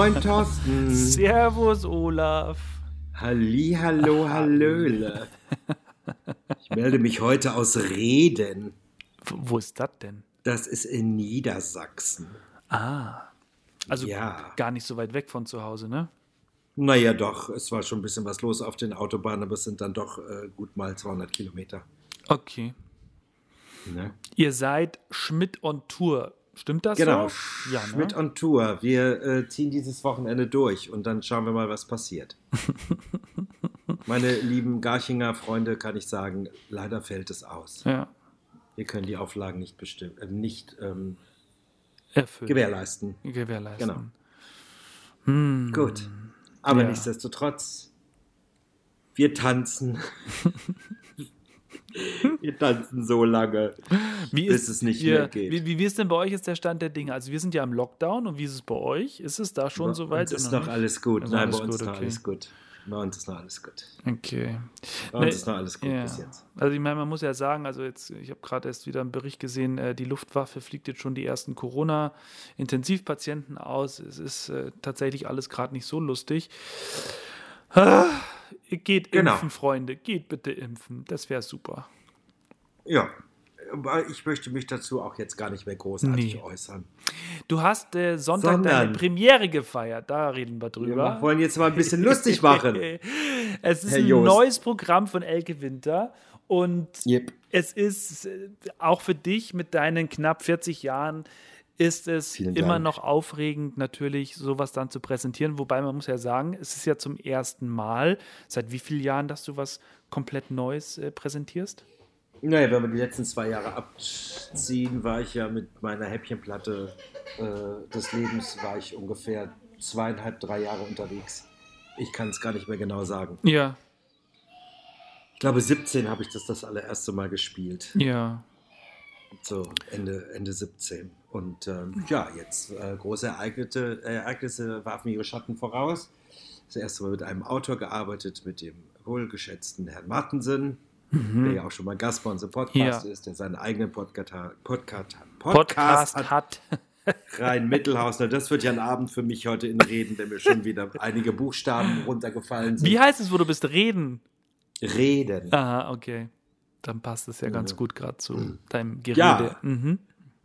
Moin Thorsten. Servus Olaf. Hallihallo, hallöle. Ich melde mich heute aus Reden. Wo ist das denn? Das ist in Niedersachsen. Also Ja. gar nicht so weit weg von zu Hause, ne? Naja doch, es war schon ein bisschen was los auf den Autobahnen, aber es sind dann doch gut mal 200 Kilometer. Okay. Ne? Ihr seid Schmidt on Tour. Stimmt das Genau, so? Ja, ne? Schmidt on Tour. Wir ziehen dieses Wochenende durch und dann schauen wir mal, was passiert. Meine lieben Garchinger Freunde, kann ich sagen, leider fällt es aus. Ja. Wir können die Auflagen nicht Erfüllt. gewährleisten. Gewährleisten. Gut. Aber Ja. nichtsdestotrotz, wir tanzen. Wir tanzen so lange, bis es nicht mehr geht. Wie ist denn bei euch jetzt der Stand der Dinge? Also wir sind ja im Lockdown und wie ist es bei euch? Ist es da schon so weit? Bei uns ist noch alles gut. Also Nein, alles bei uns gut, ist noch okay. alles gut. Bei uns ist noch alles gut. Okay. Bei uns ist noch alles gut Ja. bis jetzt. Also ich meine, man muss ja sagen, also jetzt, ich habe gerade erst wieder einen Bericht gesehen, die Luftwaffe fliegt jetzt schon die ersten Corona-Intensivpatienten aus. Es ist tatsächlich alles gerade nicht so lustig. Geht Genau. impfen, Freunde, geht bitte impfen. Das wäre super. Ja, aber ich möchte mich dazu auch jetzt gar nicht mehr großartig Nee. äußern. Du hast Sonntag Sondern- deine Premiere gefeiert, da reden wir drüber. Wir wollen jetzt mal ein bisschen lustig machen. Es ist Herr ein Jost. neues Programm von Elke Winter und Yep. es ist auch für dich mit deinen knapp 40 Jahren ist es Vielen immer Dank. noch aufregend, natürlich sowas dann zu präsentieren. Wobei man muss ja sagen, es ist ja zum ersten Mal. Seit wie vielen Jahren, dass du was komplett Neues präsentierst? Naja, wenn wir die letzten 2 Jahre abziehen, war ich ja mit meiner Häppchenplatte des Lebens, war ich ungefähr 2,5, 3 Jahre unterwegs. Ich kann es gar nicht mehr genau sagen. Ja, Ich glaube, 17 habe ich das allererste Mal gespielt. ja. So Ende 17. Und ja, jetzt große Ereignisse warfen ihre Schatten voraus. Das erste Mal mit einem Autor gearbeitet, mit dem wohlgeschätzten Herrn Martensen, der ja auch schon mal Gast bei unserem Podcast Ja. ist, der seinen eigenen Podcast Podcast hat. Rein Mittelhausner. Das wird ja ein Abend für mich heute in Reden, wenn mir schon wieder einige Buchstaben runtergefallen sind. Wie heißt es, wo du bist? Reden. Reden. Aha, okay. Dann passt es ja ganz gut gerade zu deinem Gerede. Ja. Mhm.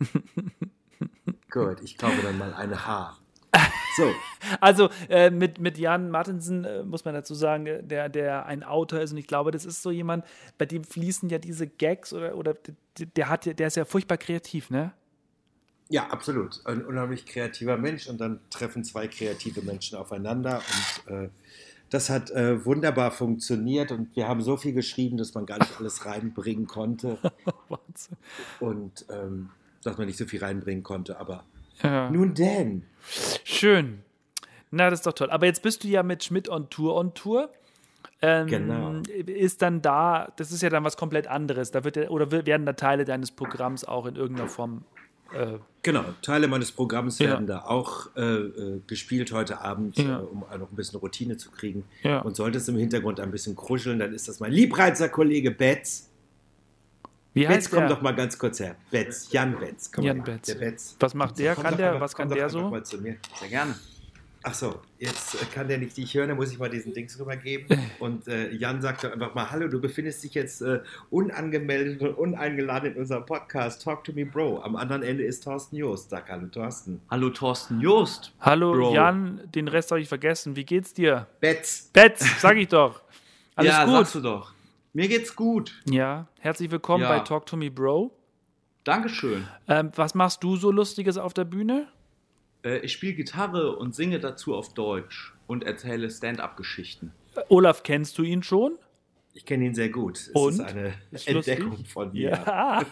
Gut, ich kaufe dann mal eine H. So. Also mit Jan Martensen muss man dazu sagen, der ein Autor ist und ich glaube, das ist so jemand, bei dem fließen ja diese Gags oder der ist ja furchtbar kreativ, ne? Ja, absolut. Ein unheimlich kreativer Mensch und dann treffen 2 kreative Menschen aufeinander und das hat wunderbar funktioniert und wir haben so viel geschrieben, dass man gar nicht alles reinbringen konnte Wahnsinn. und dass man nicht so viel reinbringen konnte, aber Ja. nun denn. Schön. Na, das ist doch toll. Aber jetzt bist du ja mit Schmidt on Tour. Genau. Ist dann da, das ist ja dann was komplett anderes. Da werden da Teile deines Programms auch in irgendeiner Form. Genau, Teile meines Programms Ja. werden da auch gespielt heute Abend, Ja. um noch ein bisschen Routine zu kriegen. Ja. Und sollte es im Hintergrund ein bisschen kruscheln, dann ist das mein liebreizer Kollege Betz. Wie Betz, heißt komm der? doch mal ganz kurz her. Betz, Jan Betz. Komm Jan mal. Betz. Der Betz. Was macht der? Komm Kann doch der? einfach- Was kann komm doch der einfach so? Mal zu mir. Sehr gerne. Ach so, jetzt kann der nicht dich hören, dann muss ich mal diesen Dings rübergeben. Und Jan sagt doch einfach mal, hallo, du befindest dich jetzt unangemeldet und uneingeladen in unserem Podcast Talk to Me Bro. Am anderen Ende ist Thorsten Joost. Sag hallo, Thorsten. Hallo Thorsten Joost. Hallo Bro. Jan, den Rest habe ich vergessen. Wie geht's dir? Betz. Betz, sag ich doch. Alles ja, gut? sagst du doch. Mir geht's gut. Ja, herzlich willkommen Ja. bei Talk to Me Bro. Dankeschön. Was machst du so Lustiges auf der Bühne? Ich spiele Gitarre und singe dazu auf Deutsch und erzähle Stand-up-Geschichten. Olaf, kennst du ihn schon? Ich kenne ihn sehr gut. Es Und? ist eine Ist Entdeckung lustig? von mir. Ja.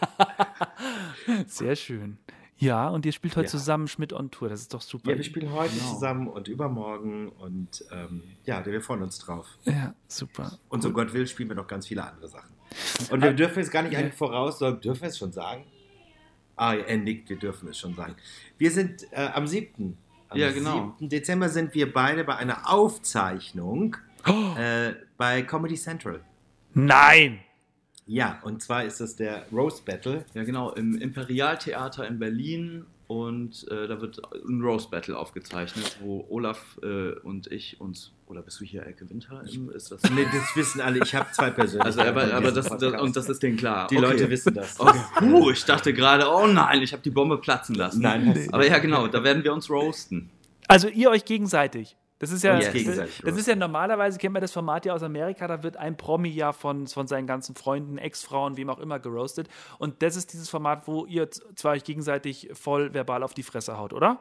Sehr schön. Ja, und ihr spielt heute Ja. zusammen Schmidt on Tour. Das ist doch super. Ja, wir spielen heute Genau. zusammen und übermorgen und ja, wir freuen uns drauf. Ja, super. Und so Gott will, spielen wir noch ganz viele andere Sachen. Und wir dürfen jetzt gar nicht eigentlich voraus, sondern dürfen wir es schon sagen? Ah, er nickt, wir dürfen es schon sagen. Wir sind am 7. Am Ja, genau. 7. Dezember sind wir beide bei einer Aufzeichnung bei Comedy Central. Nein! Ja, und zwar ist es der Roast Battle. Ja, genau, im Imperialtheater in Berlin und da wird ein Roast Battle aufgezeichnet, wo Olaf und ich uns, oder bist du hier Elke Winter? Ist das? Nee, das wissen alle. Ich habe 2 Persönlichkeiten. Also, aber das und das ist denen klar. Die Leute wissen das. Okay. Ich dachte gerade, oh nein, ich habe die Bombe platzen lassen. Nein, aber ja genau, da werden wir uns roasten. Also ihr euch gegenseitig. Das ist ja, gegenseitig das ist ja normalerweise, kennt man das Format ja aus Amerika, da wird ein Promi ja von seinen ganzen Freunden, Ex-Frauen, wem auch immer geroastet. Und das ist dieses Format, wo ihr zwar euch gegenseitig voll verbal auf die Fresse haut, oder?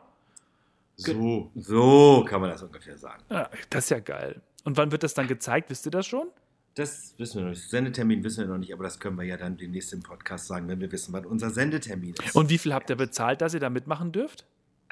So kann man das ungefähr sagen. Ja, das ist ja geil. Und wann wird das dann gezeigt? Wisst ihr das schon? Das wissen wir noch nicht. Sendetermin wissen wir noch nicht, aber das können wir ja dann demnächst im Podcast sagen, wenn wir wissen, wann unser Sendetermin ist. Und wie viel habt ihr bezahlt, dass ihr da mitmachen dürft?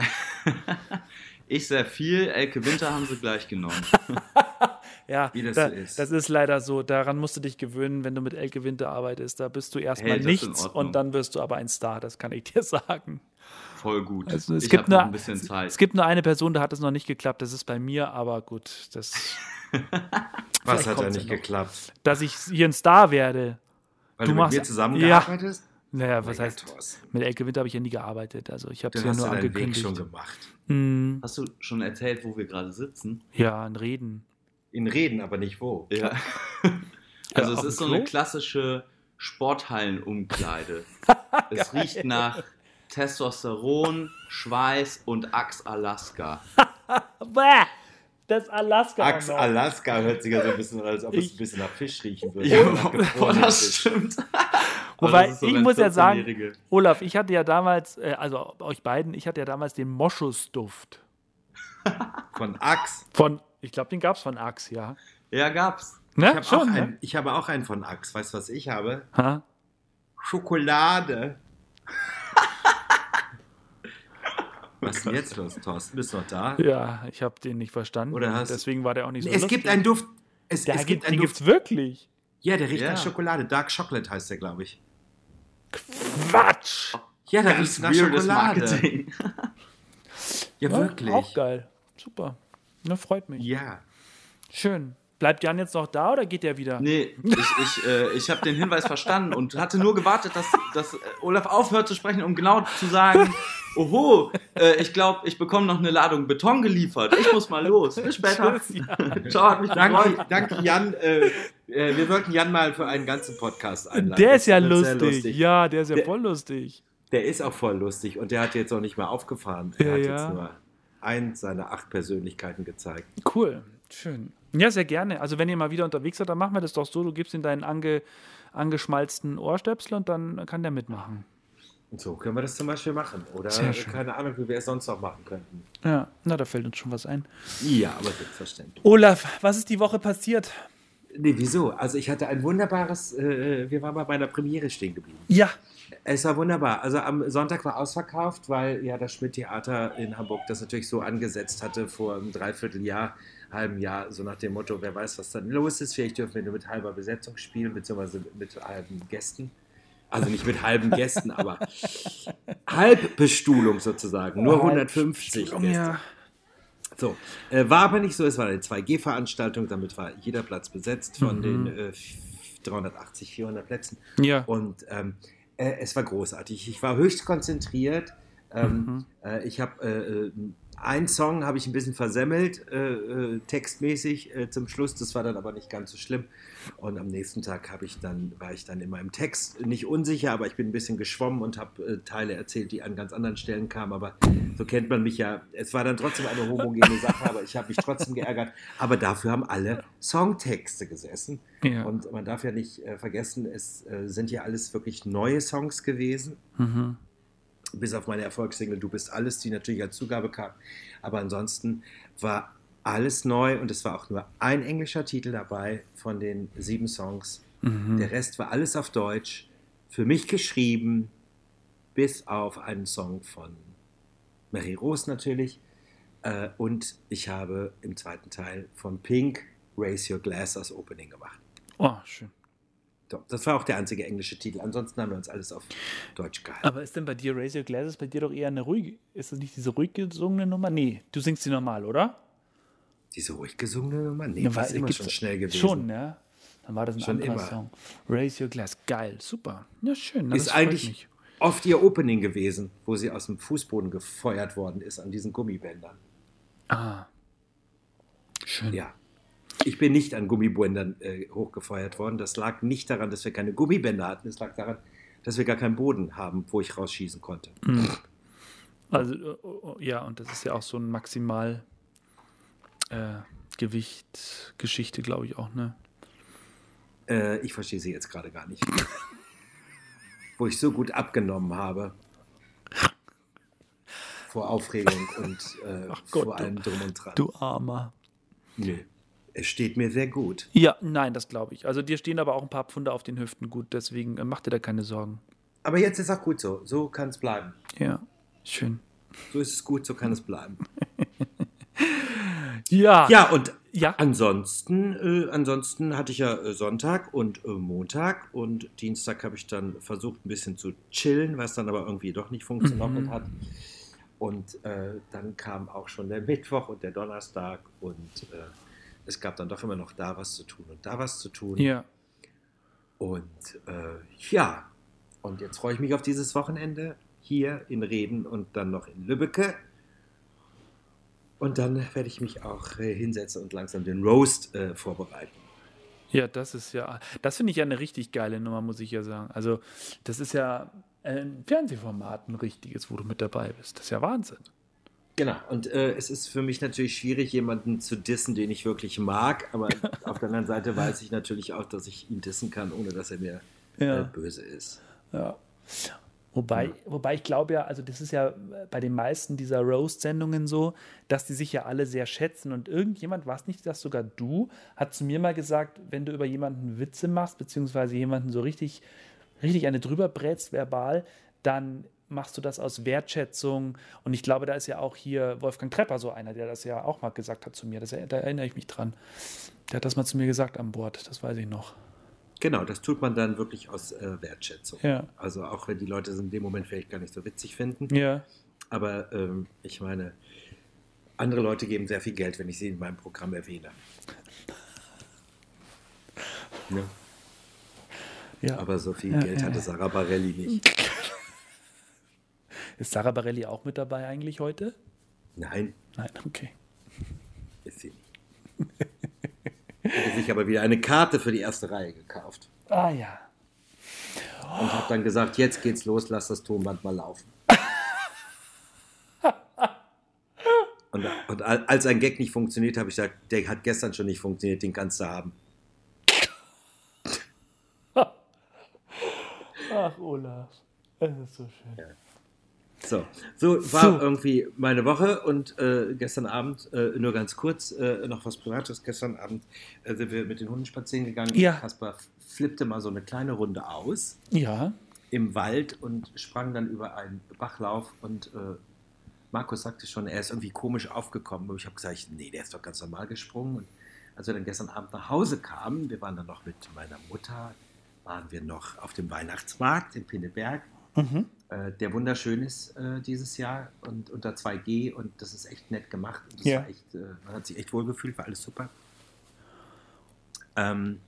Ich sehr viel, Elke Winter haben sie gleich genommen. Ja, Wie das so ist. Das ist leider so. Daran musst du dich gewöhnen, wenn du mit Elke Winter arbeitest. Da bist du erstmal Hey, das ist in nichts Ordnung. und dann wirst du aber ein Star, das kann ich dir sagen. Voll gut. Also es ich gibt habe noch nur ein bisschen Zeit. Es gibt nur eine Person, da hat es noch nicht geklappt, das ist bei mir, aber gut, Was vielleicht hat da kommt's nicht ja noch. geklappt? Dass ich hier ein Star werde. Weil Du du mit machst- mir zusammengearbeitet? Naja, was Mega heißt, toll. mit Elke Winter habe ich ja nie gearbeitet, also ich habe es Dann ja hast nur du deinen Weg angekündigt. schon gemacht. Mhm. Hast du schon erzählt, wo wir gerade sitzen? Ja, ein Reden. In Reden, aber nicht wo. Ja. Also auf es ist dem so eine Klo? klassische Sporthallenumkleide. Es riecht nach Testosteron, Schweiß und Axe Alaska. Bäh, das Alaska. Axe auch noch. Alaska hört sich ja so ein bisschen an, als ob es Ich- ein bisschen nach Fisch riechen würde. Ja, Nach gefrorenem das Fisch. stimmt. Wobei, Aber das ist ich wenn muss ja sagen, 14-Jährige- Olaf, ich hatte ja damals, also euch beiden, ich hatte ja damals den Moschusduft. Von Axe. Ich glaube, den gab es von Axe, ja. Ja, gab's. Ne? Ich habe auch einen von Axe. Weißt du, was ich habe? Ha? Schokolade. Was ist denn jetzt los, Thorsten? Bist du noch da? Ja, ich habe den nicht verstanden. Oder hast- Deswegen war der auch nicht so Es lustig. gibt einen Duft. Es Den gibt einen gibt's Duft. wirklich. Ja, der riecht Ja. nach Schokolade. Dark Chocolate heißt der, glaube ich. Quatsch! Ja, der Ganz riecht nach weirdes Schokolade. Marketing. Ja, Ja, wirklich. Auch geil. Super. Ne, freut mich. Ja. Schön. Bleibt Jan jetzt noch da oder geht der wieder? Nee, ich habe den Hinweis verstanden und hatte nur gewartet, dass Olaf aufhört zu sprechen, um genau zu sagen, oho, ich glaube, ich bekomme noch eine Ladung Beton geliefert. Ich muss mal los. Bis später. Tschüss, Jan. Ciao, hat mich gefreut. Danke, Jan. Wir wollten Jan mal für einen ganzen Podcast einladen. Der ist ja Das wird sehr lustig. Ja, der ist ja voll lustig. Der ist auch voll lustig und der hat jetzt auch nicht mehr aufgefahren. Ja, Er hat ja. jetzt nur einen seiner 8 Persönlichkeiten gezeigt. Cool. Schön. Ja, sehr gerne. Also wenn ihr mal wieder unterwegs seid, dann machen wir das doch so. Du gibst ihm deinen angeschmalzten Ohrstöpsel und dann kann der mitmachen. Und so können wir das zum Beispiel machen. Oder Sehr schön. keine Ahnung, wie wir es sonst noch machen könnten. Ja, na, da fällt uns schon was ein. Ja, aber selbstverständlich. Olaf, was ist die Woche passiert? Nee, wieso? Also ich hatte ein wunderbares, wir waren bei meiner Premiere stehen geblieben. Ja. Es war wunderbar. Also am Sonntag war ausverkauft, weil ja das Schmidt-Theater in Hamburg das natürlich so angesetzt hatte vor einem Dreivierteljahr, halben Jahr, so nach dem Motto, wer weiß, was dann los ist. Vielleicht dürfen wir nur mit halber Besetzung spielen, beziehungsweise mit halben Gästen. Also nicht mit halben Gästen, aber Halbbestuhlung sozusagen. Nur 150 Gäste. Ja. So, war aber nicht so, es war eine 2G-Veranstaltung, damit war jeder Platz besetzt von den 380, 400 Plätzen. Ja. Und es war großartig. Ich war höchst konzentriert. Ich habe einen Song habe ich ein bisschen versemmelt, textmäßig zum Schluss. Das war dann aber nicht ganz so schlimm. Und am nächsten Tag war ich dann in meinem Text nicht unsicher, aber ich bin ein bisschen geschwommen und habe Teile erzählt, die an ganz anderen Stellen kamen. Aber so kennt man mich ja. Es war dann trotzdem eine homogene Sache, aber ich habe mich trotzdem geärgert. Aber dafür haben alle Songtexte gesessen. Ja. Und man darf ja nicht vergessen, es sind ja alles wirklich neue Songs gewesen. Bis auf meine Erfolgssingle Du bist alles, die natürlich als Zugabe kam. Aber ansonsten war alles neu und es war auch nur ein englischer Titel dabei von den 7 Songs. Der Rest war alles auf Deutsch, für mich geschrieben, bis auf einen Song von Mary Rose natürlich. Und ich habe im zweiten Teil von Pink Raise Your Glass als Opening gemacht. Oh, schön. So, das war auch der einzige englische Titel. Ansonsten haben wir uns alles auf Deutsch gehalten. Aber ist denn bei dir Raise Your Glasses bei dir doch eher eine ruhige, ist das nicht diese ruhig gesungene Nummer? Nee, du singst sie normal, oder? Diese ruhig gesungene Nummer? Nee, Ja, das ist immer gibt's schon schnell gewesen. Schon, ja. Dann war das ein Schon anderer immer. Song. Raise Your Glass, geil, super. Ja, schön. Na, Ist das freut eigentlich, mich. oft ihr Opening gewesen, wo sie aus dem Fußboden gefeuert worden ist an diesen Gummibändern. Ah. Schön. Ja. Ich bin nicht an Gummibändern hochgefeuert worden. Das lag nicht daran, dass wir keine Gummibänder hatten. Es lag daran, dass wir gar keinen Boden haben, wo ich rausschießen konnte. Also, ja, und das ist ja auch so ein Maximal Gewicht-Geschichte, glaube ich auch, ne? Ich verstehe sie jetzt gerade gar nicht. Wo ich so gut abgenommen habe. Vor Aufregung und Gott, vor allem drum und dran. Du Armer. Nö. Es steht mir sehr gut. Ja, nein, das glaube ich. Also dir stehen aber auch ein paar Pfunde auf den Hüften gut, deswegen mach dir da keine Sorgen. Aber jetzt ist auch gut so. So kann es bleiben. Ja, schön. So ist es gut, so kann es bleiben. Ja. Ja, und Ja. ansonsten hatte ich ja Sonntag und Montag und Dienstag habe ich dann versucht, ein bisschen zu chillen, was dann aber irgendwie doch nicht funktioniert hat. Und dann kam auch schon der Mittwoch und der Donnerstag und es gab dann doch immer noch da was zu tun und da was zu tun. Ja. Und ja, und jetzt freue ich mich auf dieses Wochenende hier in Reden und dann noch in Lübbecke. Und dann werde ich mich auch hinsetzen und langsam den Roast vorbereiten. Ja, das finde ich ja eine richtig geile Nummer, muss ich ja sagen. Also, das ist ja ein Fernsehformat, ein richtiges, wo du mit dabei bist. Das ist ja Wahnsinn. Genau, und es ist für mich natürlich schwierig, jemanden zu dissen, den ich wirklich mag, aber auf der anderen Seite weiß ich natürlich auch, dass ich ihn dissen kann, ohne dass er mir böse ist. Ja. Wobei ich glaube ja, also das ist ja bei den meisten dieser Roast-Sendungen so, dass die sich ja alle sehr schätzen und irgendjemand, war es nicht, dass sogar du, hat zu mir mal gesagt, wenn du über jemanden Witze machst, beziehungsweise jemanden so richtig eine drüber brätst verbal, dann machst du das aus Wertschätzung und ich glaube, da ist ja auch hier Wolfgang Trepper so einer, der das ja auch mal gesagt hat zu mir, da erinnere ich mich dran. Der hat das mal zu mir gesagt an Bord, das weiß ich noch. Genau, das tut man dann wirklich aus Wertschätzung. Ja. Also auch wenn die Leute es in dem Moment vielleicht gar nicht so witzig finden. Ja. Aber ich meine, andere Leute geben sehr viel Geld, wenn ich sie in meinem Programm erwähne. Ja. Ja. Aber so viel Geld hatte Sarah Bareilles nicht. Ist Sarah Bareilles auch mit dabei eigentlich heute? Nein, Nein, okay. ist sie nicht. Hatte sich aber wieder eine Karte für die erste Reihe gekauft. Ah ja. Und habe dann gesagt, jetzt geht's los, lass das Tonband mal laufen. und als ein Gag nicht funktioniert, habe ich gesagt, der hat gestern schon nicht funktioniert, den kannst du haben. Ach, Olaf. Es ist so schön. Ja. So war irgendwie meine Woche und gestern Abend, nur ganz kurz, noch was Privates. Gestern Abend sind wir mit den Hunden spazieren gegangen. Ja. Kaspar flippte mal so eine kleine Runde aus Ja. im Wald und sprang dann über einen Bachlauf und Markus sagte schon, er ist irgendwie komisch aufgekommen. Und ich habe gesagt, nee, der ist doch ganz normal gesprungen. Und als wir dann gestern Abend nach Hause kamen, wir waren dann noch mit meiner Mutter, waren wir noch auf dem Weihnachtsmarkt in Pinneberg. Der wunderschön ist dieses Jahr und unter 2G und das ist echt nett gemacht. Und das war echt, man hat sich echt wohl gefühlt, war alles super. Kamen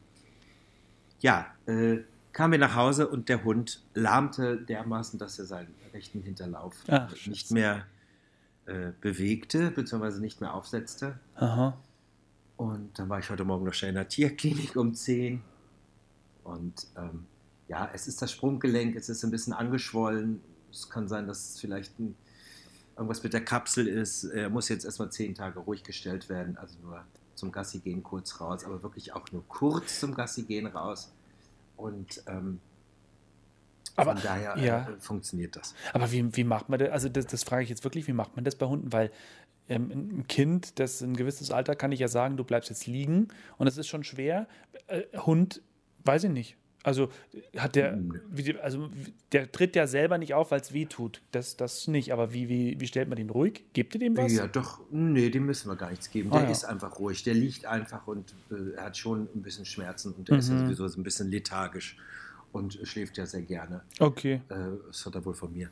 wir nach Hause und der Hund lahmte dermaßen, dass er seinen rechten Hinterlauf nicht mehr bewegte, beziehungsweise nicht mehr aufsetzte. Aha. Und dann war ich heute Morgen noch schnell in der Tierklinik um 10 und es ist das Sprunggelenk, es ist ein bisschen angeschwollen. Es kann sein, dass es vielleicht irgendwas mit der Kapsel ist. Er muss jetzt erstmal 10 Tage ruhig gestellt werden, also nur zum Gassi gehen kurz raus, aber wirklich auch nur kurz zum Gassi gehen raus. Und aber, von daher funktioniert das. Aber wie macht man das? Also das frage ich jetzt wirklich, wie macht man das bei Hunden? Weil ein Kind, das ein gewisses Alter, kann ich ja sagen, du bleibst jetzt liegen und es ist schon schwer. Hund, weiß ich nicht. Also hat der tritt ja selber nicht auf, weil es weh tut. Das nicht. Aber wie stellt man den ruhig? Gebt ihr dem was? Ja, doch. Nee, dem müssen wir gar nichts geben. Der ist einfach ruhig. Der liegt einfach und er hat schon ein bisschen Schmerzen und der ist ja sowieso so ein bisschen lethargisch und schläft ja sehr gerne. Okay. Das hat er wohl von mir.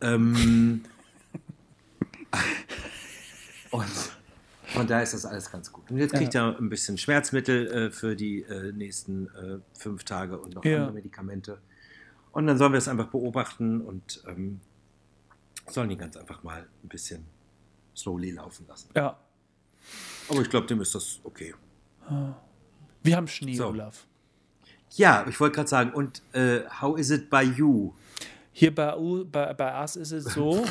Und von daher ist das alles ganz gut. Und jetzt kriegt er ein bisschen Schmerzmittel für die nächsten 5 Tage und noch andere Medikamente. Und dann sollen wir es einfach beobachten und sollen ihn ganz einfach mal ein bisschen slowly laufen lassen. Ja. Aber ich glaube, dem ist das okay. Wir haben Schnee, So. Olaf. Ja, ich wollte gerade sagen, und how is it by you? Hier bei uns ist es so,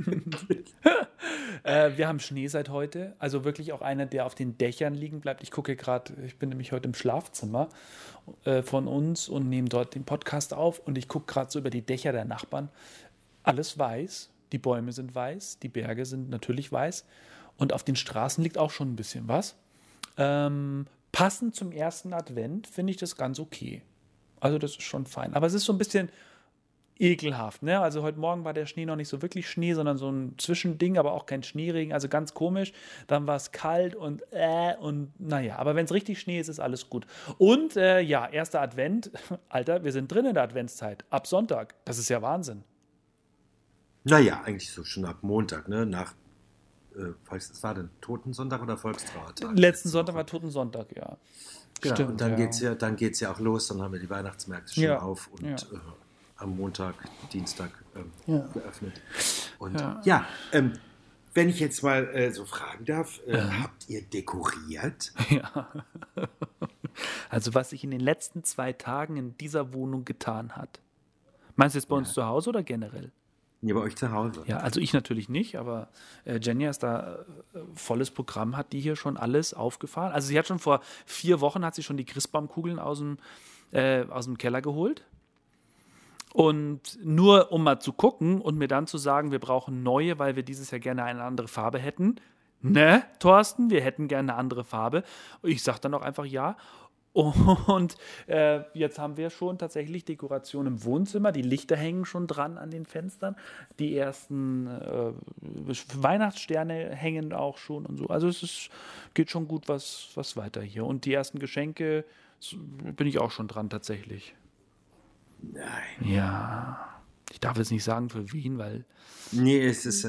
wir haben Schnee seit heute, also wirklich auch einer, der auf den Dächern liegen bleibt. Ich gucke gerade, ich bin nämlich heute im Schlafzimmer von uns und nehme dort den Podcast auf und ich gucke gerade so über die Dächer der Nachbarn. Alles weiß, die Bäume sind weiß, die Berge sind natürlich weiß und auf den Straßen liegt auch schon ein bisschen was. Passend zum ersten Advent finde ich das ganz okay. Also das ist schon fein. Aber es ist so ein bisschen ekelhaft, ne? Also heute Morgen war der Schnee noch nicht so wirklich Schnee, sondern so ein Zwischending, aber auch kein Schneeregen, also ganz komisch. Dann war es kalt und naja, aber wenn es richtig Schnee ist, ist alles gut. Und ja, erster Advent, Alter, wir sind drin in der Adventszeit, ab Sonntag, das ist ja Wahnsinn. Naja, eigentlich so schon ab Montag, ne? Nach, was war denn, Totensonntag oder Volkstrauertag? Letzten Sonntag war Totensonntag, ja. Genau, Stimmt, und dann ja. geht's ja auch los, dann haben wir die Weihnachtsmärkte schon Ja, auf und ja. Am Montag, Dienstag Ja. geöffnet. Und Ja. wenn ich jetzt mal so fragen darf, habt ihr dekoriert? Ja. Also was sich in den letzten 2 Tagen in dieser Wohnung getan hat. Meinst du jetzt bei uns zu Hause oder generell? Nee, bei euch zu Hause. Ja, also ich natürlich nicht, aber Jenny ist da volles Programm, hat die hier schon alles aufgefahren. Also sie hat schon vor 4 Wochen hat sie schon die Christbaumkugeln aus dem Keller geholt. Und nur um mal zu gucken und mir dann zu sagen, wir brauchen neue, weil wir dieses Jahr gerne eine andere Farbe hätten. Ne, Thorsten, wir hätten gerne eine andere Farbe. Ich sage dann auch einfach ja. Und jetzt haben wir schon tatsächlich Dekoration im Wohnzimmer. Die Lichter hängen schon dran an den Fenstern. Die ersten Weihnachtssterne hängen auch schon und so. Also geht schon gut was weiter hier. Und die ersten Geschenke bin ich auch schon dran tatsächlich. Nein. Ja, ich darf jetzt nicht sagen für wen, weil Nee, es ist,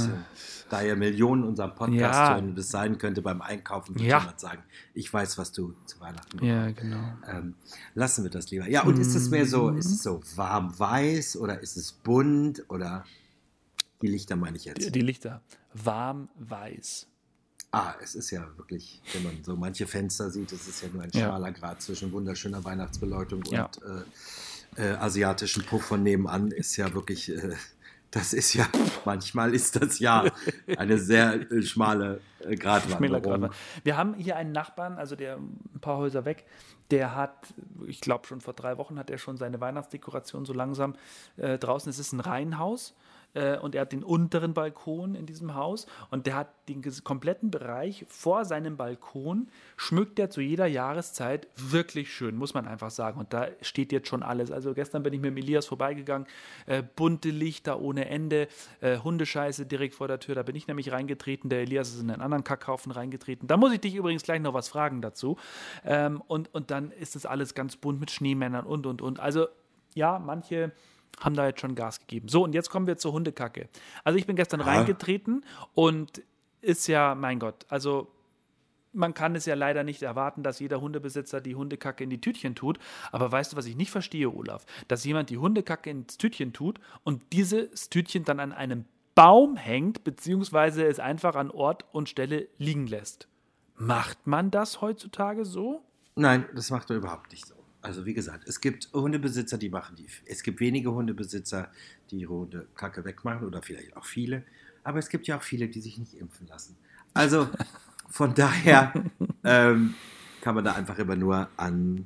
da ja Millionen unseren Podcast Ja. hören, das sein könnte beim Einkaufen, wird Ja. jemand sagen, ich weiß, was du zu Weihnachten ja, genau. lassen wir das lieber. Ja, und ist es mehr so, ist es so warm-weiß oder ist es bunt oder die Lichter meine ich jetzt? Die Lichter warm weiß. Es ist ja wirklich, wenn man so manche Fenster sieht, es ist ja nur ein Ja. schmaler Grad zwischen wunderschöner Weihnachtsbeleuchtung Ja. und asiatischen Puff von nebenan ist ja wirklich, das ist ja, manchmal ist das ja eine sehr schmale Gratwanderung. Wir haben hier einen Nachbarn, also der ein paar Häuser weg, der hat, ich glaube schon vor 3 Wochen hat er schon seine Weihnachtsdekoration so langsam draußen. Es ist ein Reihenhaus und er hat den unteren Balkon in diesem Haus und der hat den kompletten Bereich vor seinem Balkon, schmückt er zu jeder Jahreszeit wirklich schön, muss man einfach sagen. Und da steht jetzt schon alles. Also gestern bin ich mit dem Elias vorbeigegangen, bunte Lichter ohne Ende, Hundescheiße direkt vor der Tür, da bin ich nämlich reingetreten, der Elias ist in einen anderen Kackhaufen reingetreten. Da muss ich dich übrigens gleich noch was fragen dazu. Und dann ist das alles ganz bunt mit Schneemännern und. Also ja, manche haben da jetzt schon Gas gegeben. So, und jetzt kommen wir zur Hundekacke. Also ich bin gestern reingetreten und ist ja, mein Gott, also man kann es ja leider nicht erwarten, dass jeder Hundebesitzer die Hundekacke in die Tütchen tut. Aber weißt du, was ich nicht verstehe, Olaf? Dass jemand die Hundekacke ins Tütchen tut und dieses Tütchen dann an einem Baum hängt, beziehungsweise es einfach an Ort und Stelle liegen lässt. Macht man das heutzutage so? Nein, das macht er überhaupt nicht so. Also wie gesagt, es gibt Hundebesitzer, die machen die. Es gibt wenige Hundebesitzer, die ihre Hundekacke wegmachen oder vielleicht auch viele. Aber es gibt ja auch viele, die sich nicht impfen lassen. Also von daher kann man da einfach immer nur an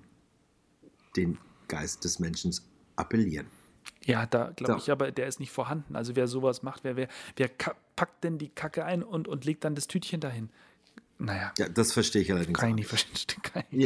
den Geist des Menschen appellieren. Ja, da glaube ich aber, der ist nicht vorhanden. Also wer sowas macht, wer packt denn die Kacke ein und legt dann das Tütchen dahin? Naja. Ja, das verstehe ich allerdings Kann ich auch nicht verstehen.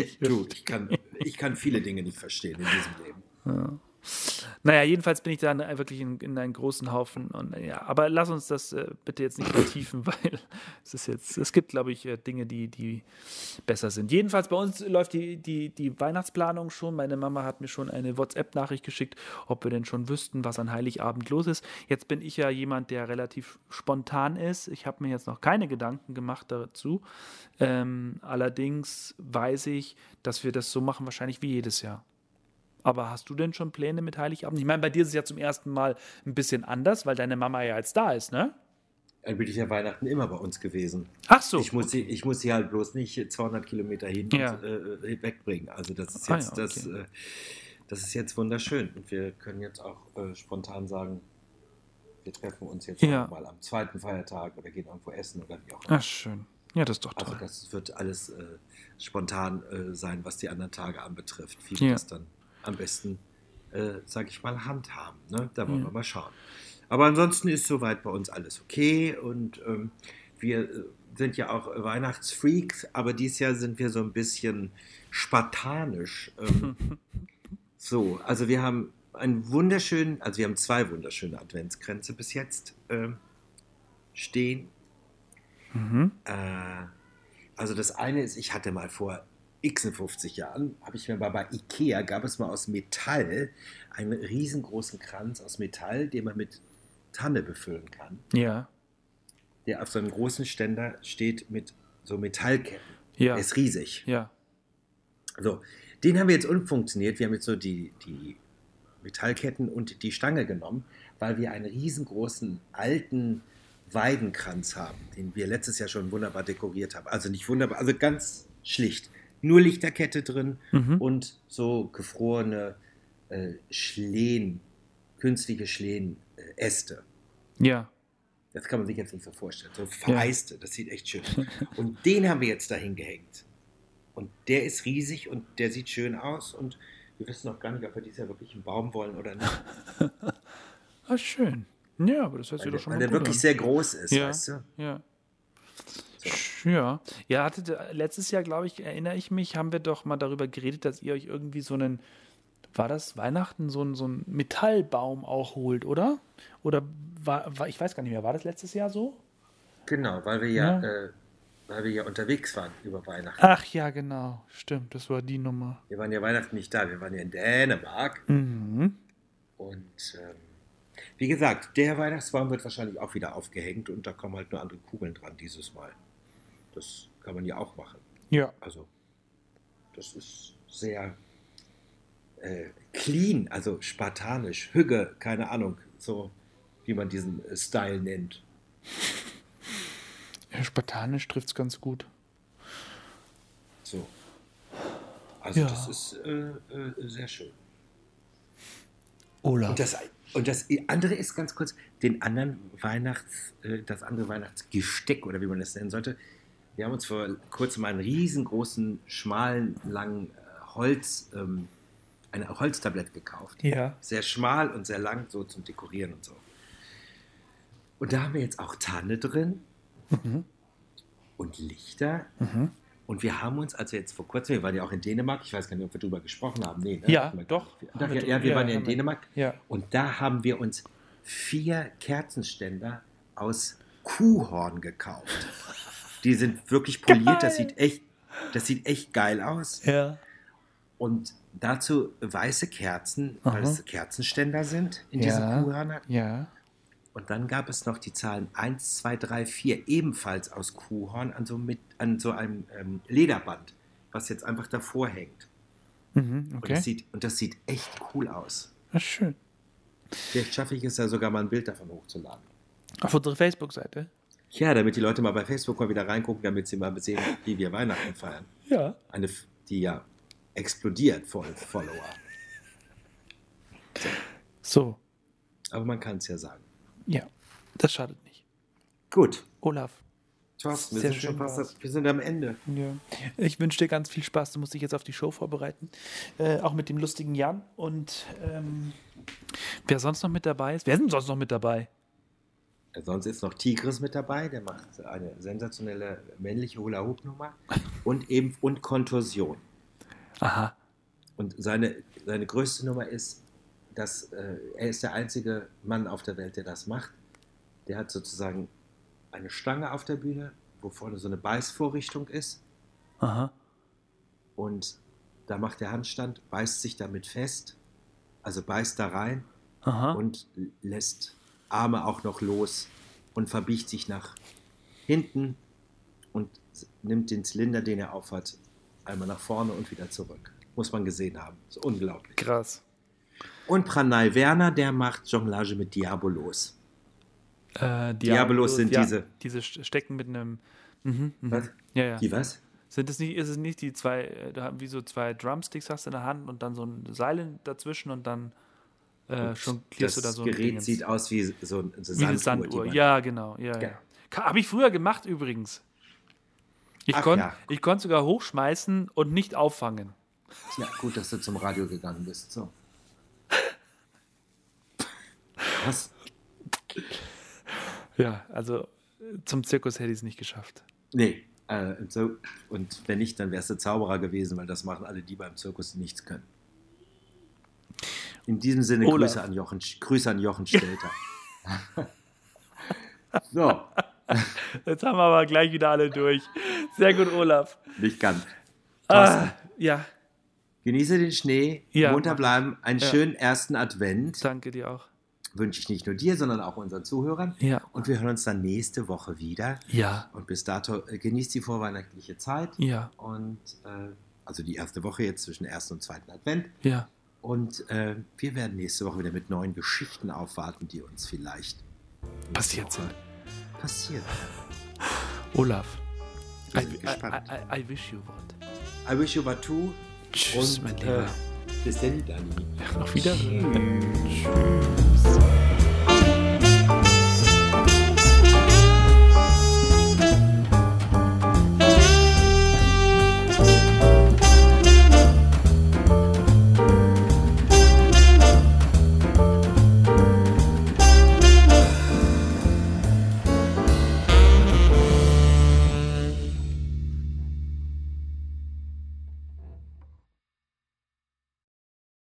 Ich kann viele Dinge nicht verstehen in diesem Leben. Ja. Naja, jedenfalls bin ich da wirklich in einem großen Haufen. Und, ja, aber lass uns das bitte jetzt nicht vertiefen, weil es gibt, glaube ich, Dinge, die besser sind. Jedenfalls bei uns läuft die Weihnachtsplanung schon. Meine Mama hat mir schon eine WhatsApp-Nachricht geschickt, ob wir denn schon wüssten, was an Heiligabend los ist. Jetzt bin ich ja jemand, der relativ spontan ist. Ich habe mir jetzt noch keine Gedanken gemacht dazu. Allerdings weiß ich, dass wir das so machen, wahrscheinlich wie jedes Jahr. Aber hast du denn schon Pläne mit Heiligabend? Ich meine, bei dir ist es ja zum ersten Mal ein bisschen anders, weil deine Mama ja jetzt da ist, ne? Dann bin ich ja Weihnachten immer bei uns gewesen. Ach so. Ich muss sie halt bloß nicht 200 Kilometer hin Ja. und wegbringen. Also das ist Ah jetzt ja, okay. das ist jetzt wunderschön. Und wir können jetzt auch spontan sagen, wir treffen uns jetzt Ja. auch mal am zweiten Feiertag oder gehen irgendwo essen oder wie auch immer. Ach, schön. Ja, das ist doch Also toll. das wird alles spontan sein, was die anderen Tage anbetrifft. Wie wir Ja. das dann am besten, sag ich mal, handhaben. Ne? Da wollen Ja. wir mal schauen. Aber ansonsten ist soweit bei uns alles okay und wir sind ja auch Weihnachtsfreaks, aber dieses Jahr sind wir so ein bisschen spartanisch. So, also wir haben wir haben 2 wunderschöne Adventskränze bis jetzt stehen. Also das eine ist, ich hatte mal vor 50 Jahren, habe ich mir mal bei Ikea, gab es mal aus Metall einen riesengroßen Kranz aus Metall, den man mit Tanne befüllen kann, Ja. der auf so einem großen Ständer steht mit so Metallketten. Ja. Der ist riesig. Ja. So, den haben wir jetzt umfunktioniert. Wir haben jetzt so die Metallketten und die Stange genommen, weil wir einen riesengroßen alten Weidenkranz haben, den wir letztes Jahr schon wunderbar dekoriert haben. Also nicht wunderbar, also ganz schlicht. Nur Lichterkette drin und so gefrorene künstliche Schlehenäste. Ja. Das kann man sich jetzt nicht so vorstellen. So vereiste, das sieht echt schön aus. Und den haben wir jetzt dahin gehängt. Und der ist riesig und der sieht schön aus und wir wissen noch gar nicht, ob wir dieses Jahr wirklich einen Baum wollen oder nicht. Ah, schön. Ja, aber das hört sich doch schon Weil mal der gut wirklich an. sehr groß ist, Ja. weißt du? Ja. Ja. Ja, letztes Jahr, glaube ich, erinnere ich mich, haben wir doch mal darüber geredet, dass ihr euch irgendwie so einen, war das Weihnachten, so einen Metallbaum auch holt, oder? Oder ich weiß gar nicht mehr, war das letztes Jahr so? Genau, weil wir ja unterwegs waren über Weihnachten. Ach ja, genau. Stimmt, das war die Nummer. Wir waren ja Weihnachten nicht da, wir waren ja in Dänemark. Mhm. Und wie gesagt, der Weihnachtsbaum wird wahrscheinlich auch wieder aufgehängt und da kommen halt nur andere Kugeln dran dieses Mal. Das kann man ja auch machen. Ja. Also, das ist sehr clean, also spartanisch, Hügge, keine Ahnung, so wie man diesen Style nennt. Ja, spartanisch trifft es ganz gut. So. Also, Ja. das ist sehr schön. Olaf. Und das andere ist ganz kurz, das andere Weihnachtsgesteck oder wie man das nennen sollte. Wir haben uns vor kurzem einen riesengroßen, schmalen, langen ein Holztablett gekauft. Ja. Sehr schmal und sehr lang, so zum Dekorieren und so. Und da haben wir jetzt auch Tanne drin und Lichter. Und wir haben uns, also jetzt vor kurzem, wir waren ja auch in Dänemark, ich weiß gar nicht, ob wir darüber gesprochen haben. Nee, ne? Ja, Hatten wir doch. gar nicht. Wir waren ja in haben wir. Dänemark. Ja. Und da haben wir uns 4 Kerzenständer aus Kuhhorn gekauft. Die sind wirklich poliert, das sieht echt geil aus. Ja. Und dazu weiße Kerzen, weil es Kerzenständer sind in diesen Kuhhörnern. Ja. Und dann gab es noch die Zahlen 1, 2, 3, 4, ebenfalls aus Kuhhorn, an so einem Lederband, was jetzt einfach davor hängt. Mhm, Und okay. das sieht echt cool aus. Das ist schön. Vielleicht schaffe ich es ja sogar mal ein Bild davon hochzuladen. Auf unsere Facebook-Seite. Ja, damit die Leute mal bei Facebook mal wieder reingucken, damit sie mal sehen, wie wir Weihnachten feiern. Ja. Die ja explodiert vor Follower. So. Aber man kann es ja sagen. Ja. Das schadet nicht. Gut, Olaf. Thorsten, wir Sehr sind schon schön fast, war's. wir sind am Ende. Ja. Ich wünsche dir ganz viel Spaß. Du musst dich jetzt auf die Show vorbereiten. Auch mit dem lustigen Jan. Und wer sonst noch mit dabei ist? Wer ist denn sonst noch mit dabei? Sonst ist noch Tigris mit dabei, der macht eine sensationelle männliche Hula-Hoop-Nummer und Kontorsion. Aha. Und seine größte Nummer ist, dass er ist der einzige Mann auf der Welt, der das macht. Der hat sozusagen eine Stange auf der Bühne, wo vorne so eine Beißvorrichtung ist. Aha. Und da macht der Handstand, beißt sich damit fest, also beißt da rein Aha. und lässt Arme auch noch los und verbiegt sich nach hinten und nimmt den Zylinder, den er aufhat, einmal nach vorne und wieder zurück. Muss man gesehen haben. Das ist unglaublich. Krass. Und Pranay Werner, der macht Jonglage mit Diabolos. Diabolos sind diese... Diese stecken mit einem... Was? Ja. Die was? Ist es nicht die zwei, wie so zwei Drumsticks hast du in der Hand und dann so ein Seil dazwischen und dann jonglierst du da so ein Das Gerät Dingens. sieht aus wie so eine Wie eine Sanduhr. Ja, genau. Ja. Habe ich früher gemacht übrigens. Ich konnte sogar hochschmeißen und nicht auffangen. Ja, gut, dass du zum Radio gegangen bist. So. Was? Ja, also zum Zirkus hätte ich es nicht geschafft. Nee. So. Und wenn nicht, dann wärst du Zauberer gewesen, weil das machen alle die beim Zirkus, die nichts können. In diesem Sinne Grüße an Jochen Stelter. So. Jetzt haben wir aber gleich wieder alle durch. Sehr gut, Olaf. Nicht ganz. Ja. Genieße den Schnee, Ja, munter bleiben, einen schönen ersten Advent. Danke dir auch. Wünsche ich nicht nur dir, sondern auch unseren Zuhörern. Ja. Und wir hören uns dann nächste Woche wieder. Ja. Und bis dato genießt die vorweihnachtliche Zeit. Ja. Und also die erste Woche jetzt zwischen ersten und zweiten Advent. Ja. Und wir werden nächste Woche wieder mit neuen Geschichten aufwarten, die uns vielleicht Passiert sind. Passiert. Olaf. Wir sind gespannt. I wish you what. I wish you were too. Tschüss, Und mein Lieber. bis dann, Dani. Auf Wiedersehen. Tschüss.